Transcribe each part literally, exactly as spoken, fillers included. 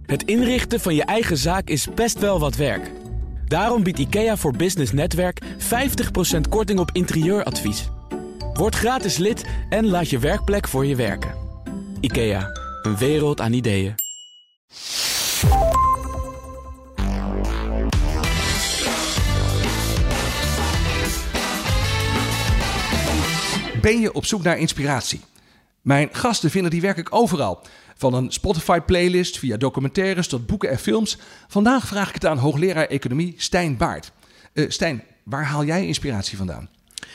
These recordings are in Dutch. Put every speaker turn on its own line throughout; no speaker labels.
Het inrichten van je eigen zaak is best wel wat werk. Daarom biedt IKEA voor Business Netwerk vijftig procent korting op interieuradvies. Word gratis lid en laat je werkplek voor je werken. IKEA, een wereld aan ideeën.
Ben je op zoek naar inspiratie? Mijn gasten vinden die werkelijk overal. Van een Spotify-playlist via documentaires tot boeken en films. Vandaag vraag ik het aan hoogleraar economie Stijn Baart. Uh, Stijn, waar haal jij inspiratie vandaan?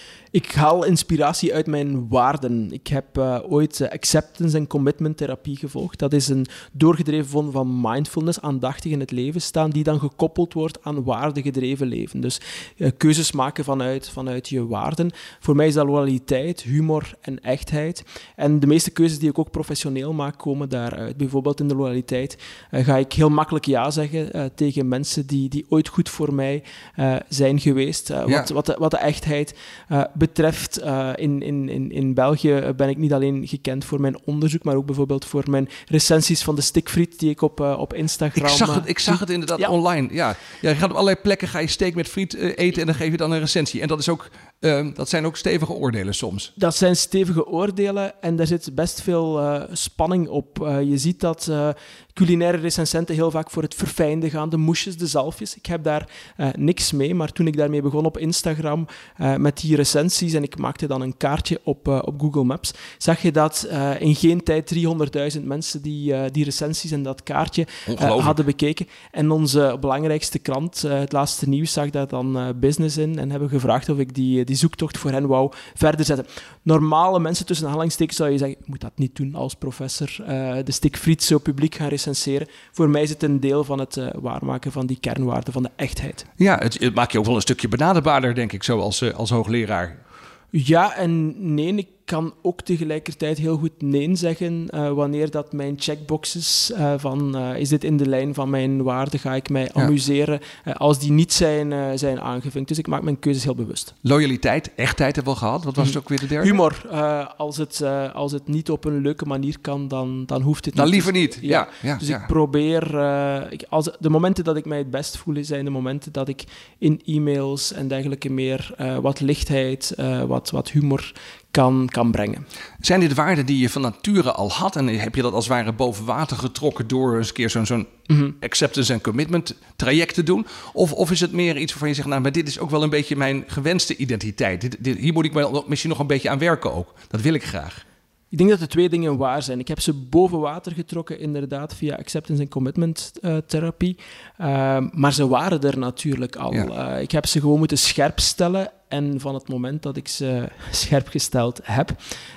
Ik haal inspiratie uit mijn waarden. Ik heb uh, ooit uh, acceptance en commitment therapie gevolgd. Dat is een doorgedreven vorm van mindfulness, aandachtig in het leven staan, die dan gekoppeld wordt aan waardegedreven leven. Dus uh, keuzes maken vanuit, vanuit je waarden. Voor mij is dat loyaliteit, humor en echtheid. En de meeste keuzes die ik ook professioneel maak, komen daaruit. Bijvoorbeeld in de loyaliteit uh, ga ik heel makkelijk ja zeggen uh, tegen mensen die, die ooit goed voor mij uh, zijn geweest. Uh, ja. wat, wat, de, wat de echtheid uh, betreft, uh, in, in, in, in België ben ik niet alleen gekend voor mijn onderzoek, maar ook bijvoorbeeld voor mijn recensies van de stikfriet die ik op, uh, op Instagram...
Ik zag het, ik zag het inderdaad ja. online. Ja. Ja, je gaat op allerlei plekken, ga je steak met friet uh, eten en dan geef je dan een recensie. En dat, is ook, uh, dat zijn ook stevige oordelen soms.
Dat zijn stevige oordelen en daar zit best veel uh, spanning op. Uh, je ziet dat uh, culinaire recensenten heel vaak voor het verfijnde gaan, de moesjes, de zalfjes. Ik heb daar uh, niks mee, maar toen ik daarmee begon op Instagram uh, met die recensies en ik maakte dan een kaartje op, uh, op Google Maps, zag je dat uh, in geen tijd driehonderdduizend mensen die, uh, die recensies en dat kaartje uh, hadden bekeken. En onze belangrijkste krant, uh, het laatste nieuws, zag daar dan uh, business in en hebben gevraagd of ik die, die zoektocht voor hen wou verder zetten. Normale mensen tussen aanhalingstekens zou je zeggen, je moet dat niet doen als professor, uh, de stikfriet zo publiek gaan recenseren. Voor mij is het een deel van het uh, waarmaken van die kernwaarden van de echtheid.
Ja, het, het maakt je ook wel een stukje benaderbaarder, denk ik, zo als, uh, als hoogleraar.
Ja en nee, ik kan ook tegelijkertijd heel goed nee zeggen uh, wanneer dat mijn checkboxes uh, van uh, is dit in de lijn van mijn waarden, ga ik mij ja. amuseren, uh, als die niet zijn, uh, zijn aangevinkt. Dus ik maak mijn keuzes heel bewust.
Loyaliteit, echtheid hebben we al gehad. Wat was het ook weer de derde?
Humor. Uh, als, het, uh, als het niet op een leuke manier kan, dan, dan hoeft het
dan
niet.
Dan liever niet. Ja. Ja, ja,
dus
ja.
ik probeer... Uh, ik, als, de momenten dat ik mij het best voel, zijn de momenten dat ik in e-mails en dergelijke meer uh, wat lichtheid, uh, wat, wat humor kan, kan brengen.
Zijn dit waarden die je van nature al had en heb je dat als het ware boven water getrokken door eens een keer zo'n, zo'n mm-hmm. acceptance en commitment traject te doen? Of, of is het meer iets waarvan je zegt, nou, maar dit is ook wel een beetje mijn gewenste identiteit. Dit, dit, hier moet ik wel misschien nog een beetje aan werken ook. Dat wil ik graag.
Ik denk dat de twee dingen waar zijn. Ik heb ze boven water getrokken, inderdaad, via acceptance en commitment uh, therapie. Uh, maar ze waren er natuurlijk al. Ja. Uh, ik heb ze gewoon moeten scherp stellen. En van het moment dat ik ze scherp gesteld heb,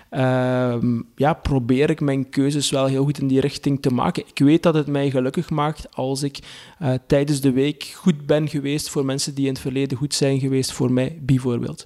uh, ja, probeer ik mijn keuzes wel heel goed in die richting te maken. Ik weet dat het mij gelukkig maakt als ik uh, tijdens de week goed ben geweest voor mensen die in het verleden goed zijn geweest voor mij, bijvoorbeeld.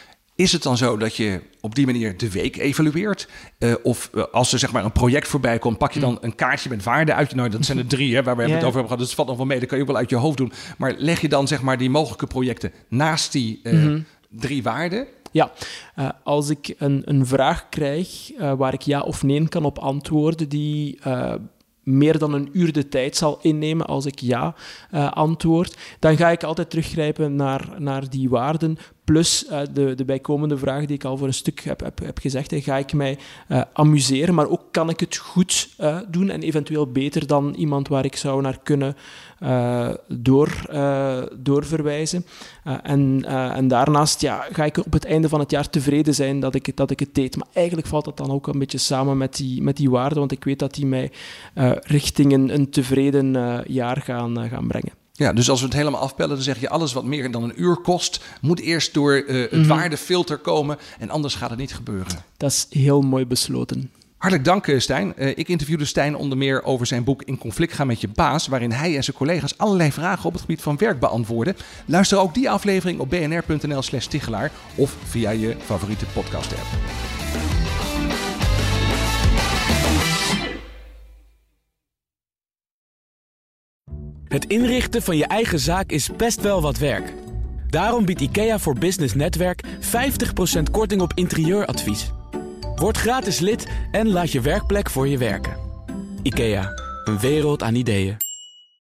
Is het dan zo dat je op die manier de week evalueert? Uh, of uh, als er zeg maar een project voorbij komt, pak je dan een kaartje met waarden uit? Nou, dat zijn er drie, hè, waar we ja. het over hebben gehad. Dus het valt nog wel mee, dat kan je ook wel uit je hoofd doen. Maar leg je dan zeg maar die mogelijke projecten naast die uh, mm-hmm. drie waarden?
Ja, uh, als ik een, een vraag krijg uh, waar ik ja of nee kan op antwoorden, die... Uh, meer dan een uur de tijd zal innemen als ik ja uh, antwoord, dan ga ik altijd teruggrijpen naar, naar die waarden, plus uh, de, de bijkomende vraag die ik al voor een stuk heb, heb, heb gezegd. Hè, ga ik mij uh, amuseren, maar ook kan ik het goed uh, doen en eventueel beter dan iemand waar ik zou naar kunnen uh, door, uh, doorverwijzen. Uh, en, uh, en daarnaast ja, ga ik op het einde van het jaar tevreden zijn dat ik, dat ik het deed. Maar eigenlijk valt dat dan ook een beetje samen met die, met die waarden, want ik weet dat die mij uh, richting een, een tevreden uh, jaar gaan, uh, gaan brengen.
Ja, dus als we het helemaal afpellen, dan zeg je alles wat meer dan een uur kost, moet eerst door uh, het mm-hmm. waardefilter komen en anders gaat het niet gebeuren.
Dat is heel mooi besloten.
Hartelijk dank, Stijn. Uh, ik interviewde Stijn onder meer over zijn boek In conflict gaan met je baas, waarin hij en zijn collega's allerlei vragen op het gebied van werk beantwoorden. Luister ook die aflevering op bnr.nl slash Tichelaar of via je favoriete podcast app.
Het inrichten van je eigen zaak is best wel wat werk. Daarom biedt IKEA voor Business Netwerk vijftig procent korting op interieuradvies. Word gratis lid en laat je werkplek voor je werken. IKEA, Een wereld aan ideeën.